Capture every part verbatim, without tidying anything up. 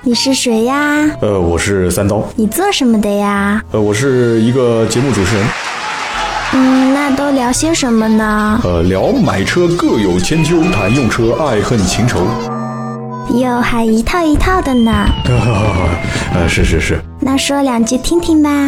你是谁呀？ 呃，我是三刀。 你做什么的呀？ 呃，我是一个节目主持人。 嗯，那都聊些什么呢？ 呃，聊买车各有千秋，谈用车爱恨情仇。 哟，还一套一套的呢。 呃，是是是。 那说两句听听吧。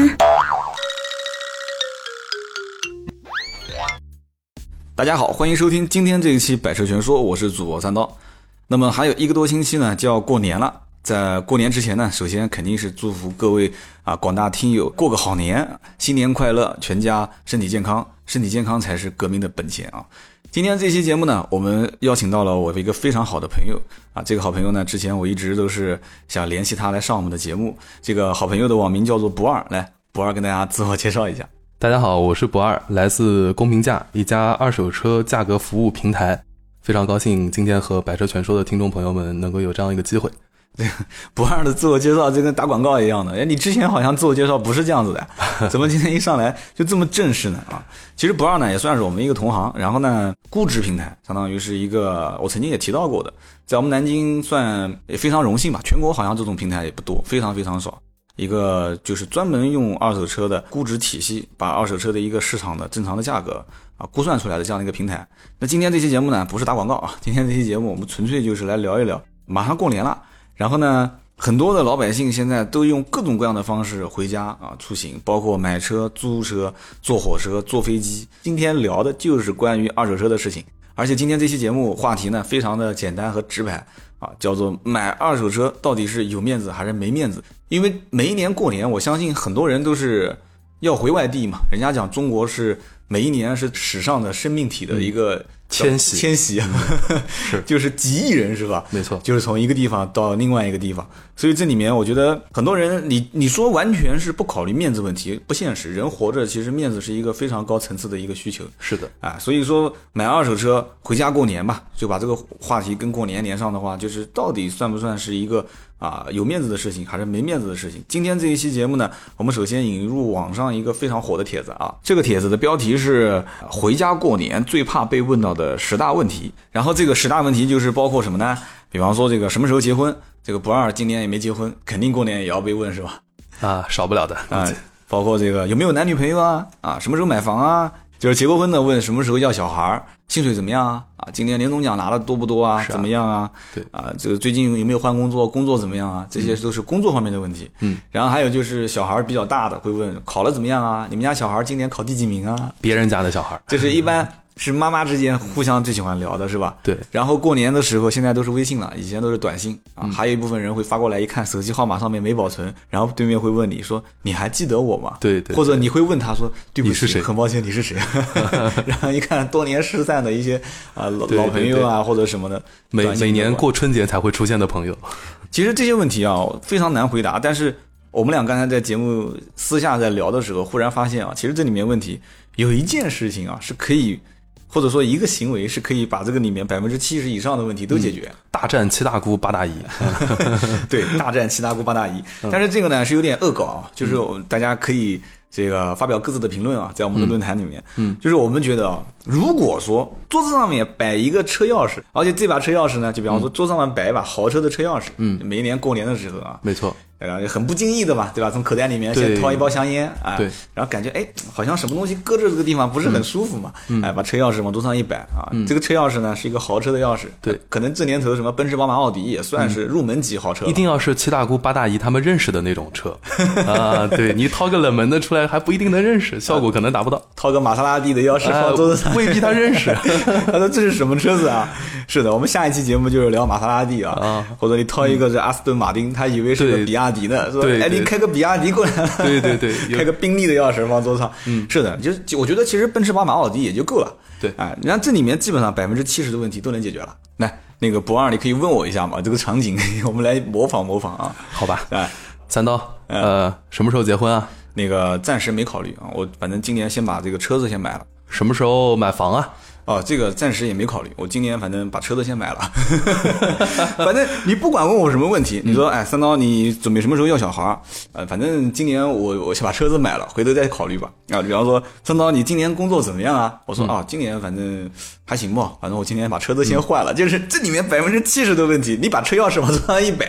大家好，欢迎收听今天这一期百车全说，我是主播三刀。那么还有一个多星期呢就要过年了，在过年之前呢，首先肯定是祝福各位啊广大听友过个好年，新年快乐，全家身体健康，身体健康才是革命的本钱啊。今天这期节目呢，我们邀请到了我的一个非常好的朋友啊，这个好朋友呢，之前我一直都是想联系他来上我们的节目。这个好朋友的网名叫做不二，来，不二跟大家自我介绍一下。 大家好，我是不二，来自公平价，一家二手车价格服务平台。非常高兴今天和百车全说的听众朋友们能够有这样一个机会。 不二的自我介绍就跟打广告一样的，哎，你之前好像自我介绍不是这样子的，怎么今天一上来就这么正式呢？啊，其实不二呢也算是我们一个同行，然后呢，估值平台相当于是一个我曾经也提到过的，在我们南京算也非常荣幸吧，全国好像这种平台也不多，非常非常少。一个就是专门用二手车的估值体系，把二手车的一个市场的正常的价格啊估算出来的这样的一个平台。那今天这期节目呢，不是打广告啊，今天这期节目我们纯粹就是来聊一聊，马上过年了，然后呢，很多的老百姓现在都用各种各样的方式回家啊出行，包括买车、租车、坐火车、坐飞机。今天聊的就是关于二手车的事情，而且今天这期节目话题呢非常的简单和直白啊，叫做买二手车到底是有面子还是没面子？因为每一年过年，我相信很多人都是要回外地嘛。人家讲中国是每一年是史上的生命体的一个迁徙， 迁徙是就是几亿人是吧？ 没错， 就是从一个地方到另外一个地方。所以这里面我觉得很多人，你你说完全是不考虑面子问题，不现实。人活着其实面子是一个非常高层次的一个需求。 是的啊，所以说买二手车回家过年吧，就把这个话题跟过年连上的话，就是到底算不算是一个啊有面子的事情，还是没面子的事情？今天这一期节目呢，我们首先引入网上一个非常火的帖子啊，这个帖子的标题是回家过年最怕被问到的十大问题。然后这个十大问题就是包括什么呢？比方说这个什么时候结婚，这个不二今年也没结婚，肯定过年也要被问是吧？ 啊，少不了的啊。包括这个有没有男女朋友啊？啊，什么时候买房啊？就是结过婚的问什么时候要小孩，薪水怎么样啊？啊，今年年终奖拿的多不多啊？ 是啊怎么样啊？ 对啊，这个最近有没有换工作？工作怎么样啊？这些都是工作方面的问题。 嗯， 然后还有就是小孩比较大的会问考了怎么样啊？你们家小孩今年考第几名啊？ 别人家的小孩， 这是一般是妈妈之间互相最喜欢聊的是吧？ 对。 然后过年的时候，现在都是微信了，以前都是短信啊。嗯、还有一部分人会发过来，一看手机号码上面没保存，然后对面会问你说：“你还记得我吗？” 对 对, 对。 或者你会问他说：“对不起， 你是谁？ 很抱歉，你是谁？”然后一看多年失散的一些啊、呃、老对对对老朋友啊或者什么的， 每每年过春节才会出现的朋友。 其实这些问题啊非常难回答，但是我们俩刚才在节目私下在聊的时候，忽然发现啊，其实这里面问题有一件事情啊是可以。或者说一个行为是可以把这个里面百分之七十以上的问题都解决。 嗯、大战七大姑八大姨， 对，大战七大姑八大姨。但是这个呢是有点恶搞啊，就是大家可以这个发表各自的评论啊，在我们的论坛里面。 嗯， 就是我们觉得啊，如果说桌子上面摆一个车钥匙，而且这把车钥匙呢，就比方说桌上面摆一把豪车的车钥匙， 嗯， 每一年过年的时候啊， 没错。 呃，很不经意的嘛，对吧？从口袋里面先掏一包香烟啊， 对， 然后感觉哎，好像什么东西搁着这个地方不是很舒服嘛， 嗯、 哎，把车钥匙往桌上一摆啊，嗯、这个车钥匙呢是一个豪车的钥匙， 对， 可能这年头什么奔驰、宝马、奥迪也算是入门级豪车、 嗯，一定要是七大姑八大姨他们认识的那种车啊，对，你掏个冷门的出来还不一定能认识，效果可能达不到。 掏个玛莎拉蒂的钥匙放桌子上， 呃、未必他认识。 他说这是什么车子啊？是的，我们下一期节目就是聊玛莎拉蒂啊， 啊或者你掏一个这阿斯顿马丁，他以为是个比亚迪呢，说哎。你开个比亚迪过来了， 对对对， 开个宾利的钥匙放桌上， 嗯， 是的，就是我觉得其实奔驰、宝马、奥迪也就够了， 对， 哎，人家这里面基本上百分之七十的问题都能解决了。来，那个不二，你可以问我一下嘛，这个场景我们来模仿模仿啊， 好吧？ 哎， 三刀，呃，什么时候结婚啊？ 那个暂时没考虑啊，我反正今年先把这个车子先买了。 什么时候买房啊？ 哦，这个暂时也没考虑，我今年反正把车子先买了。反正你不管问我什么问题，你说哎，三刀你准备什么时候要小孩？呃，反正今年我我先把车子买了，回头再考虑吧。啊，比方说三刀你今年工作怎么样啊？我说啊、嗯哦，今年反正还行吧，反正我今年把车子先换了，嗯、就是这里面百分之七十的问题，你把车钥匙往桌上一摆。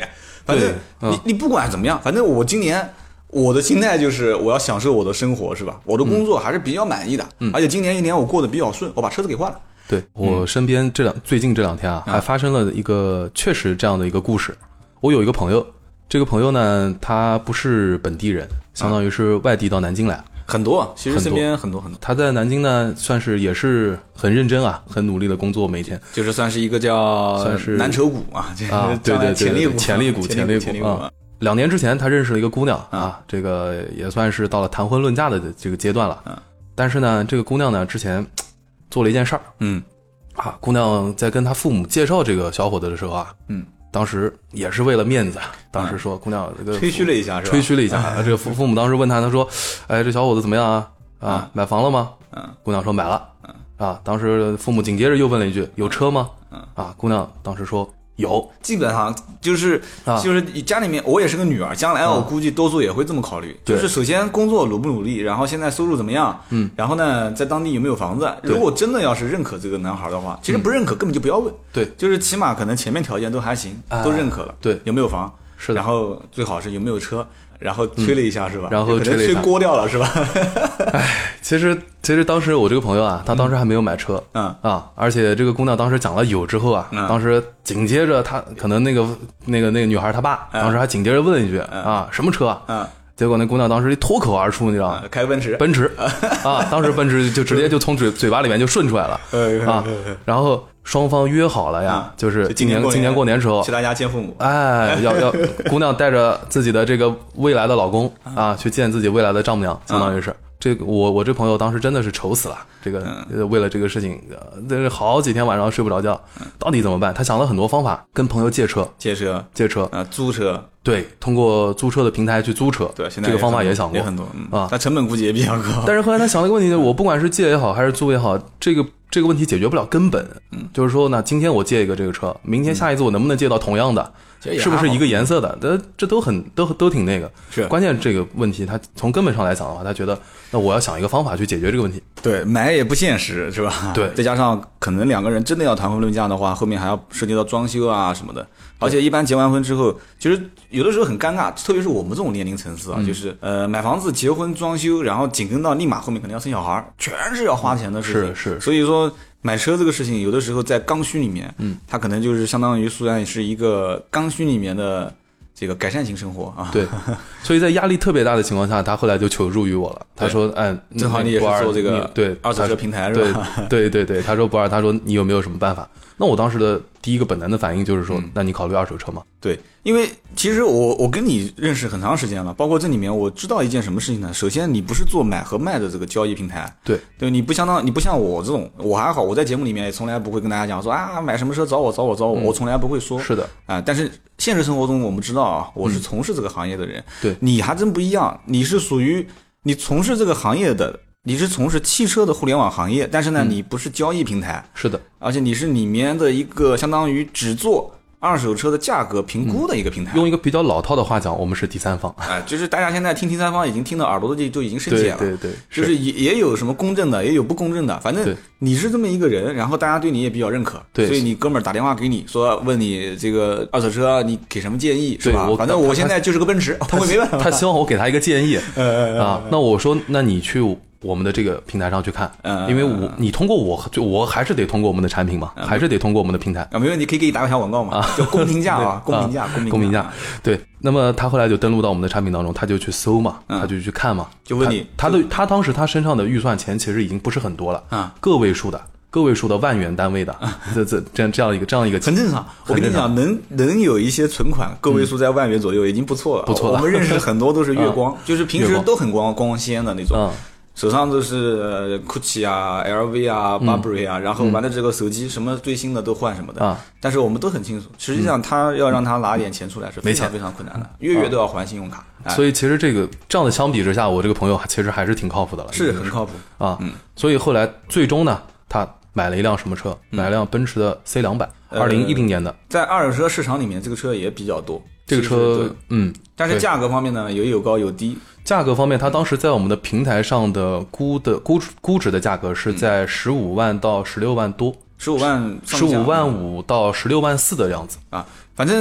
反正你、嗯、你不管怎么样，反正我今年我的心态就是我要享受我的生活，是吧？我的工作还是比较满意的，嗯、而且今年一年我过得比较顺，我把车子给换了。 对，我身边这两、嗯、最近这两天啊，还发生了一个确实这样的一个故事。我有一个朋友，这个朋友呢，他不是本地人，相当于是外地到南京来。 很多，其实身边很多很多。 他在南京呢，算是也是很认真啊，很努力的工作，每天就是算是一个叫算是蓝筹股啊， 啊，对对对， 潜力股， 潜力股，潜力股啊。两年之前，他认识了一个姑娘啊，这个也算是到了谈婚论嫁的这个阶段了。但是呢，这个姑娘呢，之前做了一件事儿，嗯，啊，姑娘在跟她父母介绍这个小伙子的时候啊，嗯。当时也是为了面子，当时说姑娘这个吹嘘了一下，是吧？ 吹嘘了一下，这个父父母当时问他，他说：“哎，这小伙子怎么样啊？啊，买房了吗？”嗯，姑娘说买了。嗯，啊，当时父母紧接着又问了一句：“有车吗？”嗯，啊，姑娘当时说有。 基本上就是就是家里面，我也是个女儿，将来我估计多数也会这么考虑，就是首先工作努不努力，然后现在收入怎么样，嗯，然后呢，在当地有没有房子？如果真的要是认可这个男孩的话，其实不认可根本就不要问， 对， 就是起码可能前面条件都还行，都认可了， 对， 有没有房？ 是的， 然后最好是有没有车，然后吹了一下，是吧？ 然后吹了一下， 吹锅掉了，是吧？ 哎，其实其实当时我这个朋友啊，他当时还没有买车，嗯啊，而且这个姑娘当时讲了有之后啊，当时紧接着他可能那个那个那个女孩她爸当时还紧接着问了一句啊，什么车啊？嗯。结果那姑娘当时一脱口而出，你知道吗？ 开奔驰， 奔驰啊！当时奔驰就直接就从嘴嘴巴里面就顺出来了啊！然后双方约好了呀，就是今年今年过年时候去他家见父母， 哎，要要姑娘带着自己的这个未来的老公啊，去见自己未来的丈母娘，相当于是。这个我我这朋友当时真的是愁死了，这个、嗯、为了这个事情，这、呃、好几天晚上睡不着觉，到底怎么办？他想了很多方法，跟朋友借车， 借车， 借车啊，租车， 对，通过租车的平台去租车， 对，现在这个方法也想过， 也很多、嗯、啊，但成本估计也比较高。 但是后来他想了一个问题，我不管是借也好，还是租也好，这个这个问题解决不了根本，嗯，就是说呢，今天我借一个这个车，明天下一次我能不能借到同样的？嗯是不是一个颜色的？这这都很都都挺那个。 是关键这个问题，他从根本上来讲的话，他觉得那我要想一个方法去解决这个问题。 对，买也不现实，是吧？ 对， 再加上可能两个人真的要谈婚论嫁的话，后面还要涉及到装修啊什么的。而且一般结完婚之后，其实有的时候很尴尬，特别是我们这种年龄层次啊，嗯、就是呃买房子、结婚、装修，然后紧跟到立马后面可能要生小孩，全是要花钱的事情。 是是， 所以说。买车这个事情，有的时候在刚需里面，嗯，它可能就是相当于虽然是一个刚需里面的这个改善型生活啊。 对，所以在压力特别大的情况下，他后来就求助于我了。他说：“哎， 正好你也是做这个对二手车平台是吧？”对对对对，他说：“不二，他说你有没有什么办法？”那我当时的第一个本能的反应就是说，嗯、那你考虑二手车吗？ 对，因为其实我我跟你认识很长时间了，包括这里面我知道一件什么事情呢？首先，你不是做买和卖的这个交易平台， 对对，你不相当，你不像我这种，我还好，我在节目里面也从来不会跟大家讲说啊买什么车找我找我找我，嗯、我从来不会说。 是的啊，但是现实生活中我们知道啊，我是从事这个行业的人， 嗯、对， 你还真不一样，你是属于你从事这个行业的。你是从事汽车的互联网行业，但是呢，你不是交易平台， 是的， 而且你是里面的一个相当于只做二手车的价格评估的一个平台。 嗯、用一个比较老套的话讲，我们是第三方。 哎，就是大家现在听第三方已经听到耳朵都就已经生茧了。 对对对， 就是也也有什么公正的，也有不公正的，反正你是这么一个人，然后大家对你也比较认可， 对， 所以你哥们儿打电话给你说问你这个二手车你给什么建议是吧？反正我现在就是个奔驰，他会没办法， 他希望我给他一个建议啊。那我说，那你去我们的这个平台上去看，因为我你通过我就我还是得通过我们的产品嘛，还是得通过我们的平台啊，没问题，可以给你打个小广告嘛，叫公平价啊，公平价， 公平价，对。那么他后来就登录到我们的产品当中，他就去搜嘛，他就去看嘛， 就问你， 他的他当时他身上的预算钱其实已经不是很多了啊，个位数的。个位数的万元单位的，这这这样这样一个这样一个很正常。我跟你讲，能能有一些存款个位数在万元左右已经不错了， 不错了。 我们认识很多都是月光，就是平时都很光光鲜的那种，手上都是 Gucci 啊、L V 啊、Burberry 啊，然后完了这个手机什么最新的都换什么的。但是我们都很清楚，实际上他要让他拿点钱出来是非常非常困难的，月月都要还信用卡。 所以其实这个这样的相比之下，我这个朋友其实还是挺靠谱的了， 是很靠谱啊。所以后来最终呢，他买了一辆什么车？买了辆奔驰的 C 两百，二零一零年的。 在二手车市场里面，这个车也比较多。 这个车，嗯， 但是价格方面呢，也有高有低。 价格方面，它当时在我们的平台上的估的估估值的价格是在十五万到十六万多， 十五万， 十五万五到十六万四的样子啊。反正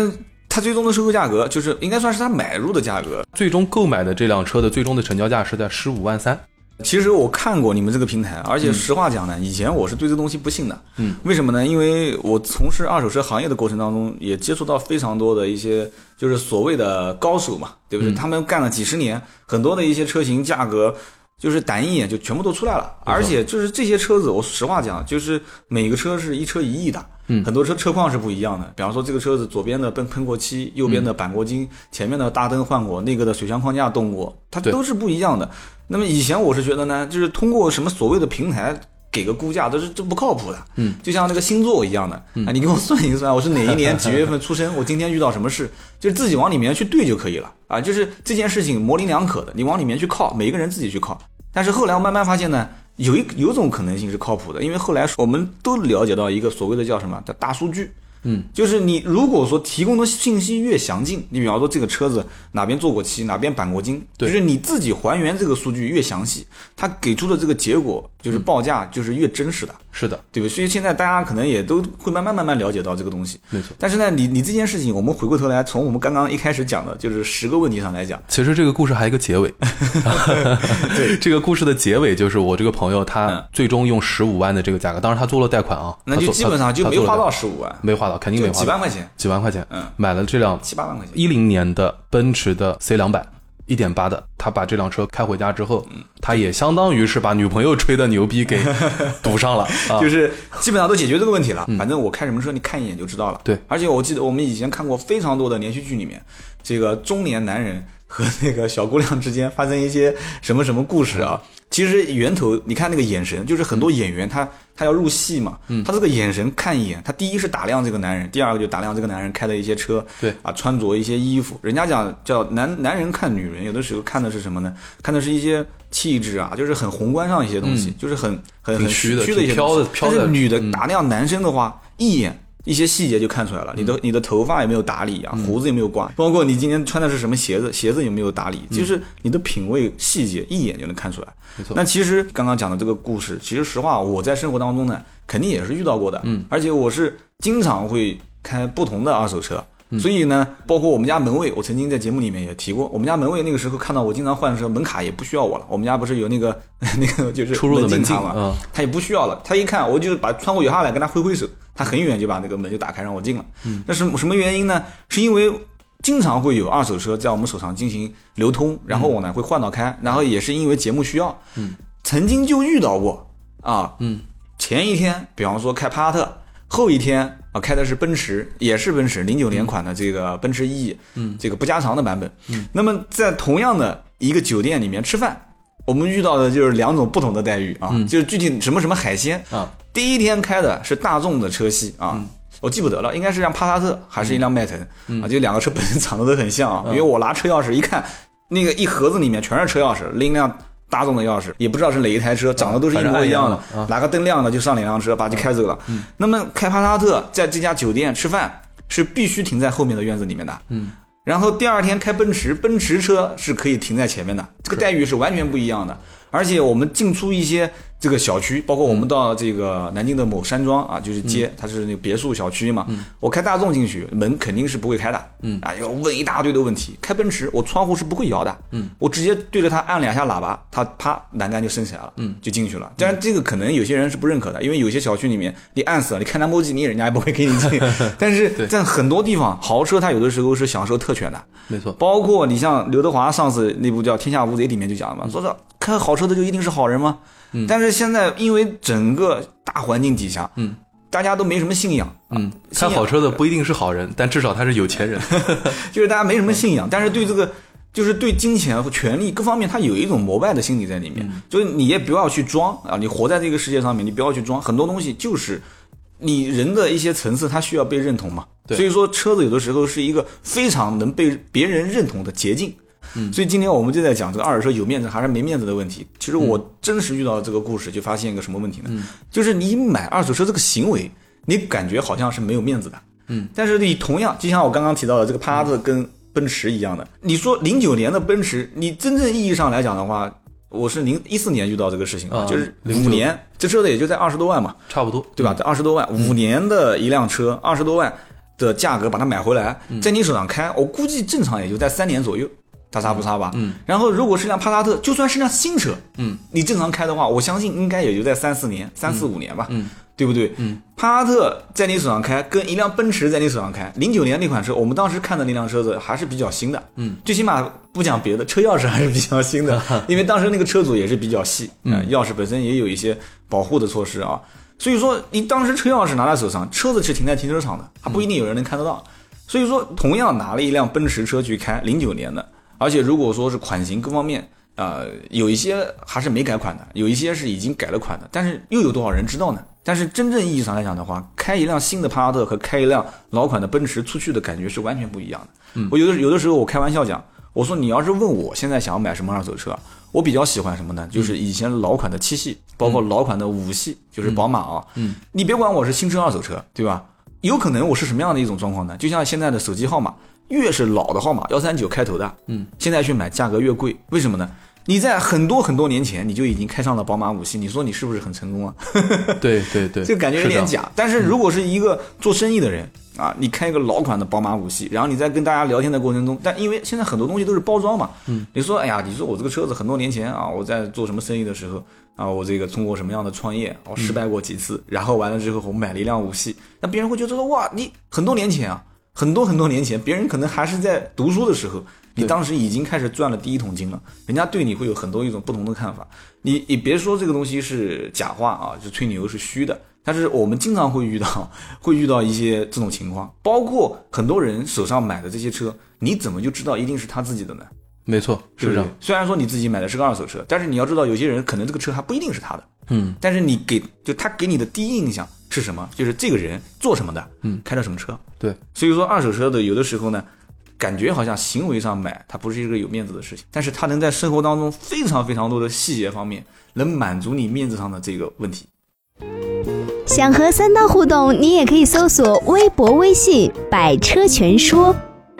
他最终的收购价格就是应该算是他买入的价格， 最终购买的这辆车的最终的成交价是在十五万三。 其实我看过你们这个平台，而且实话讲呢，嗯、以前我是对这东西不信的。嗯，为什么呢？因为我从事二手车行业的过程当中，也接触到非常多的一些就是所谓的高手嘛，对不对？嗯、他们干了几十年，很多的一些车型价格就是胆一眼就全部都出来了。而且就是这些车子，我实话讲，就是每个车是一车一亿的。嗯，很多车车况是不一样的，比方说这个车子左边的喷喷过漆，右边的钣过金，嗯、前面的大灯换过，那个的水箱框架动过，它都是不一样的。那么以前我是觉得呢，就是通过什么所谓的平台给个估价，都是这不靠谱的。嗯，就像那个星座一样的，嗯、啊，你给我算一算，我是哪一年几月份出生，我今天遇到什么事，就是自己往里面去对就可以了啊。就是这件事情模棱两可的，你往里面去靠，每个人自己去靠。但是后来我慢慢发现呢。有一有种可能性是靠谱的，因为后来我们都了解到一个所谓的叫什么叫大数据，嗯，就是你如果说提供的信息越详尽，你比方说这个车子哪边做过漆，哪边钣过金，就是你自己还原这个数据越详细，它给出的这个结果就是报价就是越真实的，嗯、是的，对不对？所以现在大家可能也都会慢慢慢慢了解到这个东西，没错。但是呢，你你这件事情，我们回过头来从我们刚刚一开始讲的就是十个问题上来讲， 其实这个故事还有一个结尾，对，这个故事的结尾就是我这个朋友他最终用十五万的这个价格，当然他做了贷款啊， 那就基本上就没花到十五万， 没花到，肯定没花到几万块钱， 几万块钱，嗯，买了这辆七八万块钱一零年的奔驰的 C 两百。一点八的，他把这辆车开回家之后，嗯、他也相当于是把女朋友吹的牛逼给堵上了，啊、 就是基本上都解决这个问题了。嗯、反正我开什么车，你看一眼就知道了。 对， 而且我记得我们以前看过非常多的连续剧里面，这个中年男人和那个小姑娘之间发生一些什么什么故事啊。其实源头你看那个眼神，就是很多演员他他要入戏嘛，嗯，他这个眼神看一眼，他第一是打量这个男人，第二个就打量这个男人开的一些车， 对啊，穿着一些衣服。人家讲叫男男人看女人，有的时候看的是什么呢？看的是一些气质啊，就是很宏观上一些东西，嗯、就是很很很虚的一些东西。但是女的打量男生的话，嗯、一眼。一些细节就看出来了，你的你的头发有没有打理啊，嗯、胡子有没有刮，包括你今天穿的是什么鞋子，鞋子有没有打理，嗯、就是你的品味细节一眼就能看出来。没错。那其实刚刚讲的这个故事，其实实话我在生活当中呢，肯定也是遇到过的，嗯，而且我是经常会开不同的二手车。嗯、所以呢，包括我们家门卫，我曾经在节目里面也提过，我们家门卫那个时候看到我经常换车，门卡也不需要我了。我们家不是有那个那个就是出入的门禁嘛，嗯、他也不需要了。他一看，我就把窗户摇下来，跟他挥挥手，他很远就把那个门就打开，让我进了。嗯，那是什么原因呢？是因为经常会有二手车在我们手上进行流通，然后我呢会换到开，然后也是因为节目需要。嗯，曾经就遇到过啊，嗯，前一天比方说开帕萨特。后一天啊，开的是奔驰，也是奔驰零九年款的这个奔驰 E， 嗯，这个不加长的版本。嗯，那么在同样的一个酒店里面吃饭，我们遇到的就是两种不同的待遇啊，嗯、就是具体什么什么海鲜啊。第一天开的是大众的车系啊，嗯、我记不得了，应该是辆帕萨特还是一辆迈腾、嗯、啊，就两个车本身长得都很像啊，嗯、因为我拿车钥匙一看，那个一盒子里面全是车钥匙，另一辆。大众的钥匙也不知道是哪一台车，长得都是一模一样的，啊、哪个灯亮了就上哪辆车，把就开走了。嗯，那么开帕萨特在这家酒店吃饭是必须停在后面的院子里面的。嗯，然后第二天开奔驰，奔驰车是可以停在前面的，这个待遇是完全不一样的。而且我们进出一些这个小区，包括我们到这个南京的某山庄啊，就是街，它是那个别墅小区嘛。嗯、我开大众进去，门肯定是不会开的。嗯，啊，要问一大堆的问题。开奔驰，我窗户是不会摇的。嗯，我直接对着它按两下喇叭，它啪栏杆就升起来了。嗯，就进去了。当然，这个可能有些人是不认可的，因为有些小区里面你按死了，你开兰博基尼，人家也不会给你进。但是在很多地方，豪车它有的时候是享受特权的。 没错， 包括你像刘德华上次那部叫《天下无贼》里面就讲了嘛，说是开豪车的就一定是好人吗？嗯，但是现在因为整个大环境底下，嗯，大家都没什么信仰， 嗯，开好车的不一定是好人，但至少他是有钱人， 就是大家没什么信仰，但是对这个就是对金钱和权力各方面，他有一种膜拜的心理在里面，嗯、就是你也不要去装啊，你活在这个世界上面，你不要去装，很多东西就是你人的一些层次，它需要被认同嘛，所以说车子有的时候是一个非常能被别人认同的捷径。嗯，所以今天我们就在讲这个二手车有面子还是没面子的问题。其实我真实遇到这个故事，就发现一个什么问题呢？嗯，就是你买二手车这个行为，你感觉好像是没有面子的。嗯，但是你同样，就像我刚刚提到的这个帕萨特跟奔驰一样的，你说零九年的奔驰，你真正意义上来讲的话，我是零一四年遇到这个事情啊，就是五年，这车子也就在二十多万嘛， 差不多， 对吧？在二十多万，五年的一辆车，二十多万。 的价格把它买回来，在你手上开，我估计正常也就在三年左右，大差不差吧。嗯。然后如果是辆帕萨特，就算是辆新车，嗯，你正常开的话，我相信应该也就在三四年、三四五年吧，嗯，对不对？嗯。帕萨特在你手上开，跟一辆奔驰在你手上开，零九年那款车，我们当时看的那辆车子还是比较新的，嗯，最起码不讲别的，车钥匙还是比较新的，因为当时那个车主也是比较细，嗯，钥匙本身也有一些保护的措施啊。所以说，你当时车钥匙拿在手上，车子是停在停车场的，还不一定有人能看得到。所以说，同样拿了一辆奔驰车去开，零九年的，而且如果说是款型各方面，呃，有一些还是没改款的，有一些是已经改了款的，但是又有多少人知道呢？但是真正意义上来讲的话，开一辆新的帕萨特和开一辆老款的奔驰出去的感觉是完全不一样的。嗯，我有的有的时候我开玩笑讲，我说你要是问我现在想要买什么二手车，我比较喜欢什么呢？就是以前老款的七系，包括老款的五系，就是宝马啊。嗯，你别管我是新车二手车，对吧？有可能我是什么样的一种状况呢？就像现在的手机号码，越是老的号码，一三九开头的，嗯，现在去买价格越贵，为什么呢？你在很多很多年前你就已经开上了宝马五系，你说你是不是很成功啊？ 对对对， 这感觉有点假。但是如果是一个做生意的人、嗯、啊，你开一个老款的宝马五系，然后你在跟大家聊天的过程中，但因为现在很多东西都是包装嘛，嗯，你说哎呀，你说我这个车子很多年前啊，我在做什么生意的时候啊，我这个通过什么样的创业，我失败过几次，然后完了之后我买了一辆五系，那别人会觉得说哇，你很多年前啊，很多很多年前，别人可能还是在读书的时候。你当时已经开始赚了第一桶金了，人家对你会有很多一种不同的看法。你你别说这个东西是假话啊，是吹牛是虚的，但是我们经常会遇到，会遇到一些这种情况，包括很多人手上买的这些车，你怎么就知道一定是他自己的呢？ 没错，是这样。 虽然说你自己买的是个二手车，但是你要知道，有些人可能这个车还不一定是他的。嗯，但是你给就他给你的第一印象是什么？就是这个人做什么的，嗯，开的什么车。 对， 所以说二手车的有的时候呢。感觉好像行为上买它不是一个有面子的事情，但是它能在生活当中非常非常多的细节方面能满足你面子上的这个问题。 想和三刀互动，你也可以搜索微博微信百车全说。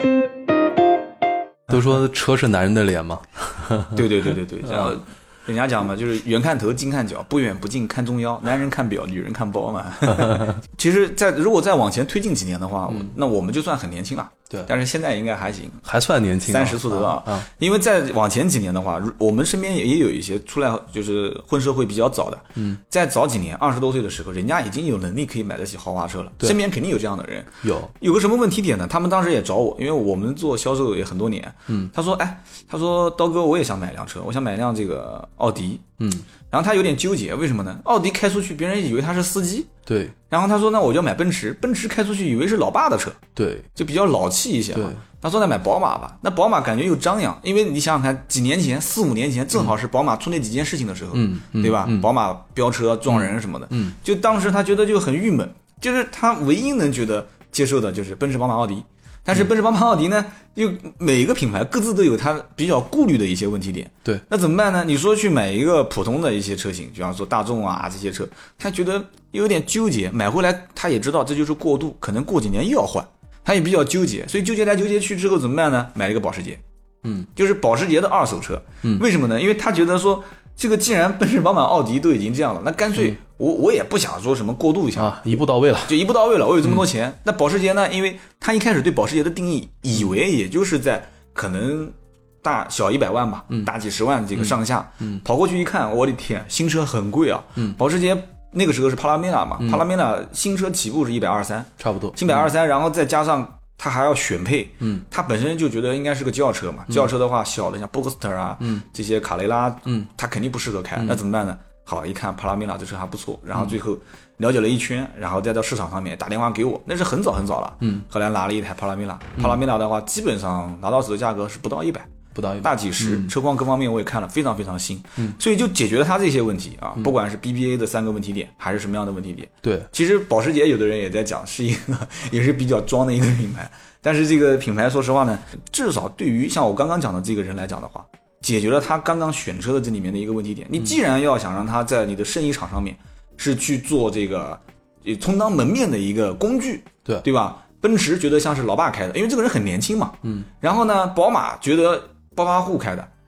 都说车是男人的脸吗？ 对对对对对，然后人家讲嘛，就是远看头近看脚，不远不近看中腰，男人看表，女人看包嘛。其实在如果再往前推进几年的话、嗯、那我们就算很年轻了，对，但是现在应该还行， 还算年轻、啊， 三十出头啊、啊。因为再往前几年的话，我们身边也有一些出来就是混社会比较早的，嗯，在早几年二十多岁的时候，人家已经有能力可以买得起豪华车了，身边肯定有这样的人。 有有个什么问题点呢？他们当时也找我，因为我们做销售也很多年，嗯，他说，哎，他说刀哥，我也想买辆车，我想买辆这个奥迪，嗯，然后他有点纠结，为什么呢？奥迪开出去，别人以为他是司机。 对， 然后他说那我就买奔驰，奔驰开出去以为是老爸的车， 对， 就比较老气一些嘛。他说那买宝马吧，那宝马感觉又张扬，因为你想想看，几年前四五年前正好是宝马出那几件事情的时候，嗯，对吧？嗯、宝马飙车撞人什么的，嗯，就当时他觉得就很郁闷，就是他唯一能觉得接受的就是奔驰、宝马、奥迪。但是奔驰、宝马、奥迪呢，又每一个品牌各自都有它比较顾虑的一些问题点。 对， 那怎么办呢？你说去买一个普通的一些车型，比方说大众啊这些车，他觉得有点纠结，买回来他也知道这就是过渡，可能过几年又要换，他也比较纠结，所以纠结来纠结去之后怎么办呢？买了一个保时捷，嗯，就是保时捷的二手车。嗯，为什么呢？因为他觉得说，这个既然奔驰、宝马、奥迪都已经这样了，那干脆我我也不想说什么过渡一下啊，一步到位了， 就一步到位了。我有这么多钱，嗯、那保时捷呢？因为他一开始对保时捷的定义，以为也就是在可能大小一百万吧，嗯、大几十万这个上下。嗯，跑过去一看，我的天，新车很贵啊。嗯，保时捷那个时候是帕拉梅拉嘛，嗯、帕拉梅拉新车起步是一百二十三， 差不多， 新百二十三，然后再加上。他还要选配，嗯，他本身就觉得应该是个轿车嘛，嗯、轿车的话，小的像 Boxster 啊，嗯，这些卡雷拉，嗯，他肯定不适合开，嗯、那怎么办呢？好，一看帕拉梅拉这车还不错，然后最后了解了一圈，然后再到市场上面打电话给我，那是很早很早了，嗯，后来拿了一台帕拉梅拉，帕拉梅拉的话，基本上拿到手的价格是不到一百。 不到一百， 大几十， 嗯、 车况各方面我也看了，非常非常新，嗯，所以就解决了他这些问题啊，嗯、不管是 B B A 的三个问题点，还是什么样的问题点， 对， 其实保时捷有的人也在讲，是一个也是比较装的一个品牌，但是这个品牌说实话呢，至少对于像我刚刚讲的这个人来讲的话，解决了他刚刚选车的这里面的一个问题点。你既然要想让他在你的生意场上面是去做这个充当门面的一个工具， 对对吧？奔驰觉得像是老爸开的，因为这个人很年轻嘛，嗯，然后呢，宝马觉得暴发户开的，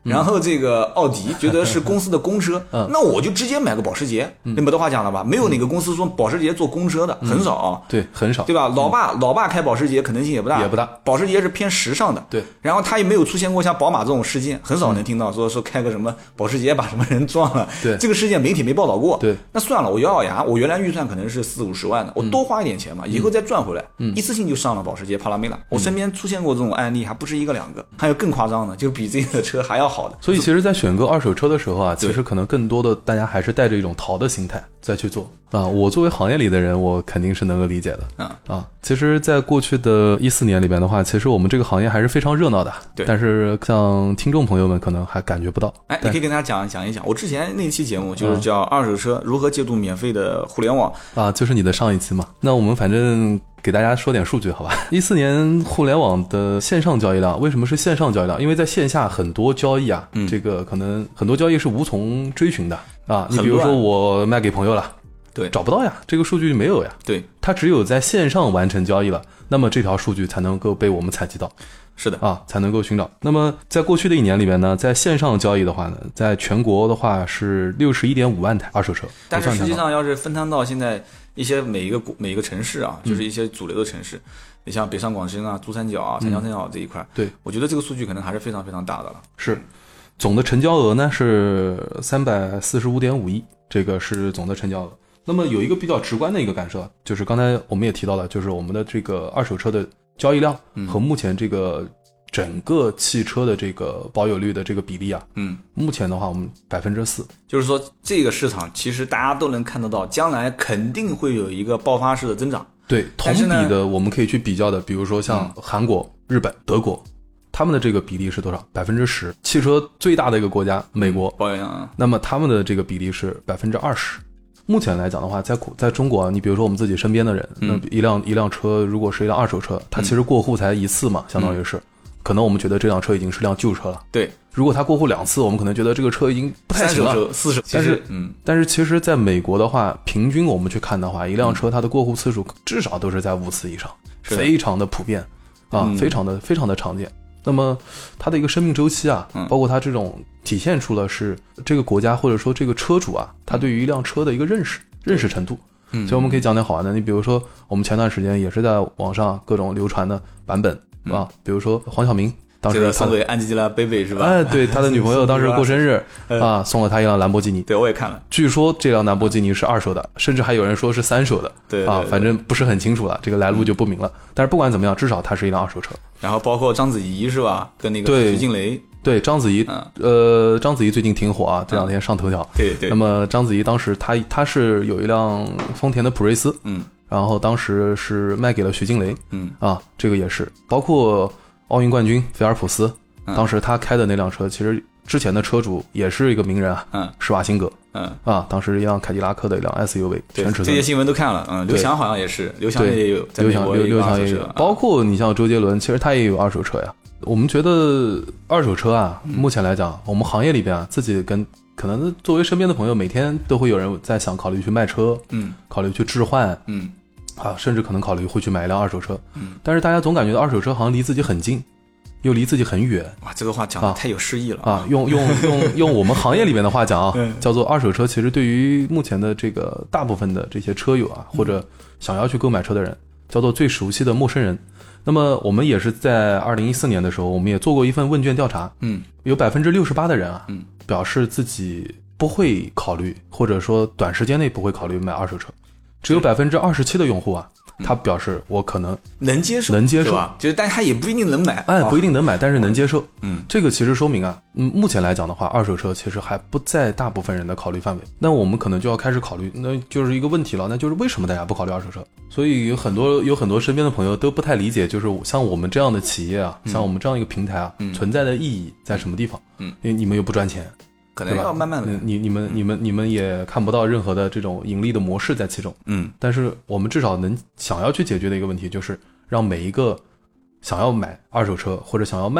然后这个奥迪觉得是公司的公车， 嗯、 那我就直接买个保时捷。嗯、那没得话讲了吧？没有哪个公司说保时捷做公车的， 嗯、 很少啊。 对，很少， 对吧？老爸、嗯、老爸开保时捷可能性也不大， 也不大。 保时捷是偏时尚的， 对。 然后他也没有出现过像宝马这种事件，很少能听到说说开个什么保时捷把什么人撞了， 对， 这个事件媒体没报道过。 对， 那算了，我咬咬牙，我原来预算可能是四五十万的，我多花一点钱嘛，嗯、以后再赚回来，嗯、一次性就上了保时捷帕拉梅拉。我身边出现过这种案例，还不是一个两个，还有更夸张的，就比这个车还要好的。 所以其实，在选购二手车的时候啊，其实可能更多的大家还是带着一种淘的心态再去做啊。我作为行业里的人，我肯定是能够理解的。嗯啊，其实，在过去的一四年里边的话，其实我们这个行业还是非常热闹的。 对， 但是像听众朋友们可能还感觉不到。 哎，你可以跟大家讲讲一讲，我之前那期节目就是叫二手车如何借助免费的互联网啊，就是你的上一期嘛。那我们反正给大家说点数据好吧。一四年互联网的线上交易量，为什么是线上交易量？因为在线下很多交易啊，嗯、这个可能很多交易是无从追寻的啊。你比如说我卖给朋友了。 对， 找不到呀，这个数据没有呀。 对， 它只有在线上完成交易了，那么这条数据才能够被我们采集到。 是的啊，才能够寻找。那么在过去的一年里边呢，在线上交易的话呢，在全国的话是六十一点五万台二手车。 但是实际上要是分摊到现在一些每一个每一个城市啊，就是一些主流的城市，嗯、你像北上广深啊、珠三角啊、长江三角这一块，嗯、 对， 我觉得这个数据可能还是非常非常大的了。 是，总的成交额呢是三百四十五点五亿，这个是总的成交额。那么有一个比较直观的一个感受，就是刚才我们也提到了，就是我们的这个二手车的交易量和目前这个整个汽车的这个保有率的这个比例啊，嗯，目前的话我们百分之四， 就是说这个市场其实大家都能看得到，将来肯定会有一个爆发式的增长。 对，同比的我们可以去比较的，比如说像韩国、嗯、日本、德国。他们的这个比例是多少？百分之十。汽车最大的一个国家美国， 保有量啊， 那么他们的这个比例是百分之二十。目前来讲的话，在在中国啊，你比如说我们自己身边的人，那一辆一辆车如果是一辆二手车，它其实过户才一次嘛，相当于是，可能我们觉得这辆车已经是辆旧车了。 对， 如果它过户两次，我们可能觉得这个车已经不太行了。 四手， 但是， 嗯， 但是其实在美国的话，平均我们去看的话，一辆车它的过户次数至少都是在五次以上，非常的普遍啊，非常的非常的常见。那么它的一个生命周期啊，包括它这种体现出了是这个国家或者说这个车主啊，他对于一辆车的一个认识认识程度。嗯，所以我们可以讲点好玩的。你比如说，我们前段时间也是在网上各种流传的版本啊，比如说黄晓明当时送给安吉拉贝贝是吧？ 哎，对，他的女朋友当时过生日啊，送了他一辆兰博基尼。 对，我也看了。 据说这辆兰博基尼是二手的，甚至还有人说是三手的。 对啊，反正不是很清楚了，这个来路就不明了。但是不管怎么样，至少它是一辆二手车。 然后包括章子怡是吧？跟那个徐静蕾。 对，章子怡，嗯、呃，章子怡最近挺火啊，这两天上头条。 嗯、对对。 那么章子怡当时她她是有一辆丰田的普锐斯，嗯，然后当时是卖给了徐静蕾，嗯啊，这个也是，包括奥运冠军菲尔普斯，嗯、当时他开的那辆车，其实之前的车主也是一个名人啊，嗯，施瓦辛格，嗯啊，当时一辆凯迪拉克的一辆 S U V， 对， 全尺寸。 这些新闻都看了，嗯，刘翔好像也是，刘翔也有， 刘翔刘刘翔也有，包括你像周杰伦，其实他也有二手车呀。我们觉得二手车啊，目前来讲，我们行业里边啊，自己跟可能作为身边的朋友，每天都会有人在想考虑去卖车，嗯，考虑去置换，嗯，啊，甚至可能考虑会去买一辆二手车，嗯，但是大家总感觉到二手车好像离自己很近，又离自己很远。 哇，这个话讲的太有诗意了啊！啊用用用用我们行业里面的话讲啊，叫做二手车，其实对于目前的这个大部分的这些车友啊，或者想要去购买车的人，叫做最熟悉的陌生人。那么我们也是在二零一四年的时候，我们也做过一份问卷调查，嗯，有百分之六十八的人啊，嗯，表示自己不会考虑，或者说短时间内不会考虑买二手车，只有百分之二十七的用户啊，他表示我可能能接受， 能接受， 就是，但他也不一定能买， 哎，不一定能买，但是能接受。嗯，这个其实说明啊，嗯，目前来讲的话，二手车其实还不在大部分人的考虑范围。那我们可能就要开始考虑，那就是一个问题了，那就是为什么大家不考虑二手车？所以有很多有很多身边的朋友都不太理解，就是像我们这样的企业啊，嗯、像我们这样一个平台啊，嗯、存在的意义在什么地方？嗯，因为你们又不赚钱。 可能要慢慢的， 你你们你们你们也看不到任何的这种盈利的模式在其中，嗯，但是我们至少能想要去解决的一个问题，就是让每一个想要买二手车或者想要卖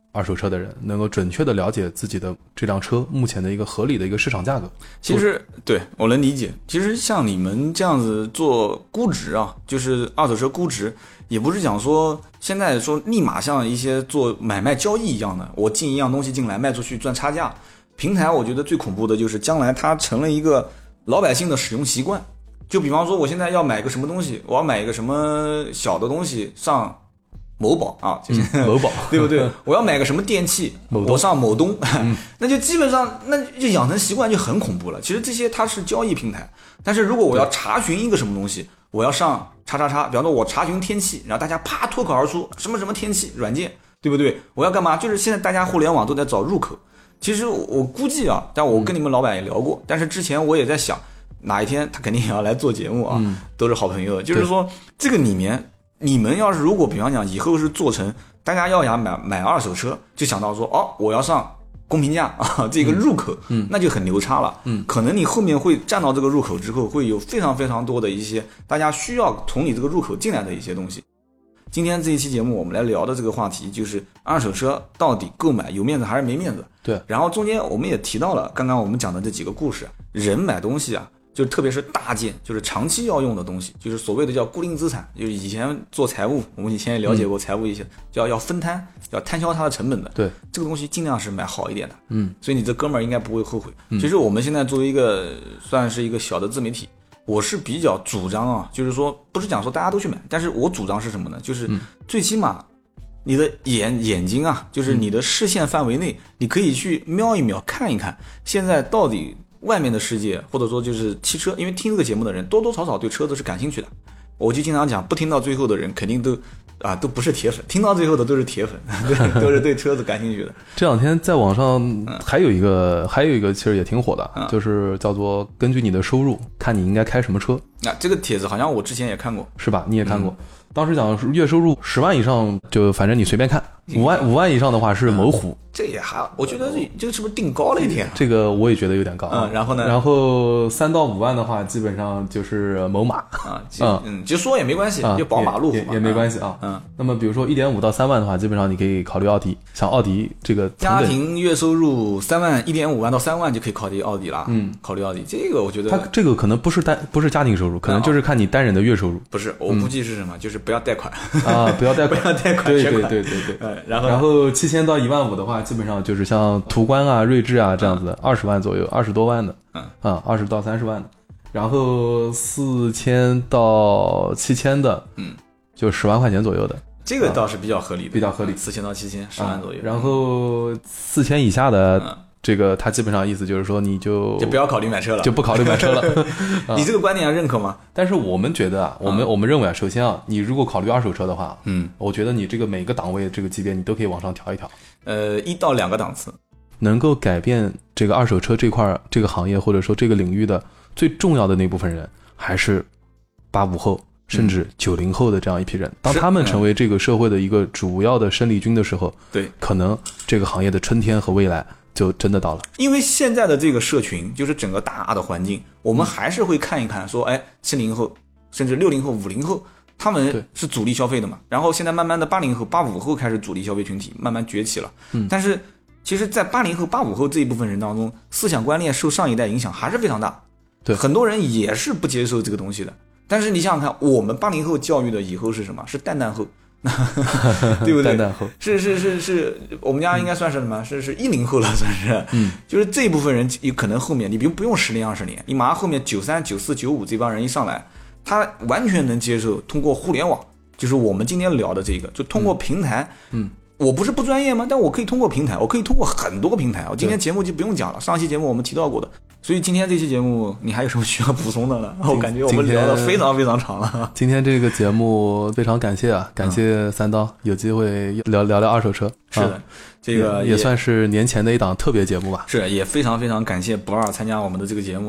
二手车的人能够准确的了解自己的这辆车目前的一个合理的一个市场价格。 其实对我能理解，其实像你们这样子做估值啊，就是二手车估值，也不是讲说现在说立马像一些做买卖交易一样的，我进一样东西进来卖出去赚差价。平台我觉得最恐怖的就是将来它成了一个老百姓的使用习惯。就比方说我现在要买个什么东西，我要买一个什么小的东西上某宝啊，就是、 嗯、某宝对不对？我要买个什么电器，我上某东、嗯、那就基本上那就养成习惯就很恐怖了。其实这些它是交易平台，但是如果我要查询一个什么东西，我要上叉叉叉，比方说我查询天气，然后大家啪脱口而出什么什么天气软件，对不对？我要干嘛？就是现在大家互联网都在找入口。其实我估计啊，但我跟你们老板也聊过，但是之前我也在想哪一天他肯定也要来做节目啊，嗯、都是好朋友。就是说这个里面，你们要是如果比方讲以后是做成大家要想买买二手车，就想到说哦，我要上公平价啊这个入口，嗯，那就很牛叉了。嗯，可能你后面会站到这个入口之后，会有非常非常多的一些大家需要从你这个入口进来的一些东西。今天这一期节目我们来聊的这个话题就是二手车到底购买有面子还是没面子。 对， 然后中间我们也提到了刚刚我们讲的这几个故事，人买东西啊，就特别是大件，就是长期要用的东西，就是所谓的叫固定资产。就是以前做财务，我们以前也了解过财务一些，嗯、叫要分摊，要摊销它的成本的。 对， 这个东西尽量是买好一点的。 嗯， 所以你这哥们儿应该不会后悔。嗯、其实我们现在作为一个算是一个小的自媒体，我是比较主张啊，就是说不是讲说大家都去买，但是我主张是什么呢？就是最起码你的眼眼睛啊，就是你的视线范围内，你可以去瞄一瞄，看一看现在到底外面的世界，或者说就是汽车，因为听这个节目的人多多少少对车子是感兴趣的。我就经常讲，不听到最后的人肯定都啊都不是铁粉，听到最后的都是铁粉，对，都是对车子感兴趣的。 这两天在网上还有一个、嗯、还有一个其实也挺火的、嗯、就是叫做根据你的收入看你应该开什么车。 啊，这个帖子好像我之前也看过，是吧？你也看过。嗯，当时讲月收入十万以上就反正你随便看，五万五万以上的话是某虎、嗯， 这也还我觉得这个是不是定高了一点？ 这个我也觉得有点高。 嗯，然后呢？ 然后三到五万的话，基本上就是某马啊，嗯嗯，就说也没关系，就宝马路虎也也没关系啊。 嗯， 那么比如说一点五到三万的话，基本上你可以考虑奥迪，像奥迪这个家庭月收入三万一点五万到三万就可以考虑奥迪了。嗯，考虑奥迪这个我觉得它这个可能不是单不是家庭收入，可能就是看你单人的月收入。 不是，我估计是什么？嗯、就是不要贷款。 啊，不要贷款， 不要贷款， 对对对对对。 嗯，然后然后七千到一万五的话，基本上就是像途观啊、锐志啊这样子的，二十万左右，二十多万的，嗯啊，二十到三十万的。然后四千到七千的，嗯，就十万块钱左右的， 这个倒是比较合理的， 比较合理， 四千到七千，十万左右。 啊、然后四千以下的。嗯，这个他基本上意思就是说，你就就不要考虑买车了， 就不考虑买车了。 你这个观点要认可吗？ 但是我们觉得啊，我们、嗯、我们认为啊，首先啊，你如果考虑二手车的话，嗯，我觉得你这个每个档位这个级别你都可以往上调一调， 呃，一到两个档次， 能够改变这个二手车这块这个行业或者说这个领域的最重要的那部分人，还是八五后甚至九零后的这样一批人。当他们成为这个社会的一个主要的生力军的时候， 对， 可能这个行业的春天和未来就真的到了。 因为现在的这个社群，就是整个大的环境，我们还是会看一看说，哎，七零后甚至六零后、五零后，他们是主力消费的嘛。然后现在慢慢的八零后、八五后开始主力消费群体慢慢崛起了。嗯，但是其实在八零后、八五后这一部分人当中，思想观念受上一代影响还是非常大。 对， 很多人也是不接受这个东西的。但是你想想看，我们八零后教育的以后是什么？是蛋蛋后。对不对？ 蛋蛋后是是是是，我们家应该算是什么？嗯、是是一零后了，算是。嗯，就是这一部分人，有可能后面你不用不用十年二十年，你马上后面九三九四九五这帮人一上来，他完全能接受通过互联网，就是我们今天聊的这个，就通过平台。嗯，我不是不专业吗？但我可以通过平台，我可以通过很多个平台。我今天节目就不用讲了，上期节目我们提到过的。所以今天这期节目你还有什么需要补充的呢？我感觉我们聊得非常非常长了。 今天这个节目非常感谢啊，感谢三刀，有机会聊聊聊二手车。 是的，这个也, 也算是年前的一档特别节目吧。 是，也非常非常感谢不二参加我们的这个节目呢。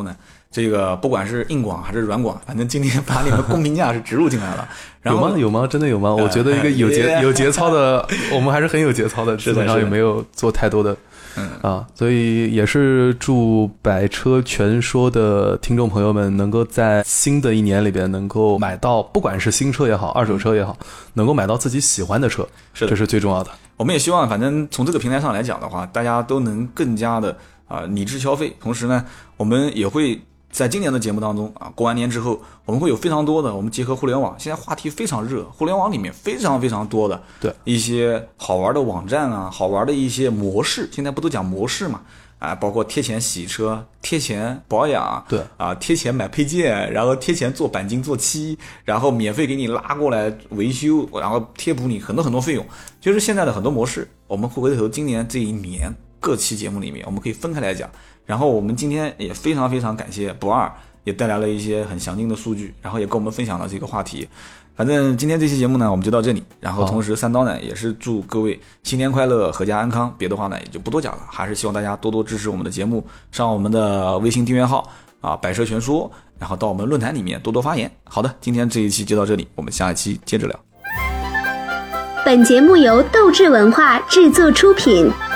这个不管是硬广还是软广，反正今天把你们公评价是植入进来了。然后有吗？有吗？真的有吗？ 呃、 我觉得一个有节、呃、有节操的，我们还是很有节操的，基本上也没有做太多的。嗯啊，所以也是祝百车全说的听众朋友们能够在新的一年里边能够买到，不管是新车也好，二手车也好，能够买到自己喜欢的车， 是的， 这是最重要的。 我们也希望，反正从这个平台上来讲的话，大家都能更加的啊、呃、理智消费。同时呢，我们也会在今年的节目当中啊，过完年之后，我们会有非常多的，我们结合互联网，现在话题非常热，互联网里面非常非常多的对一些好玩的网站啊，好玩的一些模式，现在不都讲模式嘛？啊，包括贴钱洗车、贴钱保养， 对啊，贴钱买配件，然后贴钱做钣金、做漆，然后免费给你拉过来维修，然后贴补你很多很多费用，就是现在的很多模式，我们会回头今年这一年各期节目里面，我们可以分开来讲。然后我们今天也非常非常感谢不二，也带来了一些很详尽的数据，然后也跟我们分享了这个话题。反正今天这期节目呢，我们就到这里。然后同时三刀呢也是祝各位新年快乐，阖家安康。别的话呢也就不多讲了，还是希望大家多多支持我们的节目，上我们的微信订阅号啊，百车全说，然后到我们论坛里面多多发言。好的，今天这一期就到这里，我们下一期接着聊。 本节目由斗志文化制作出品。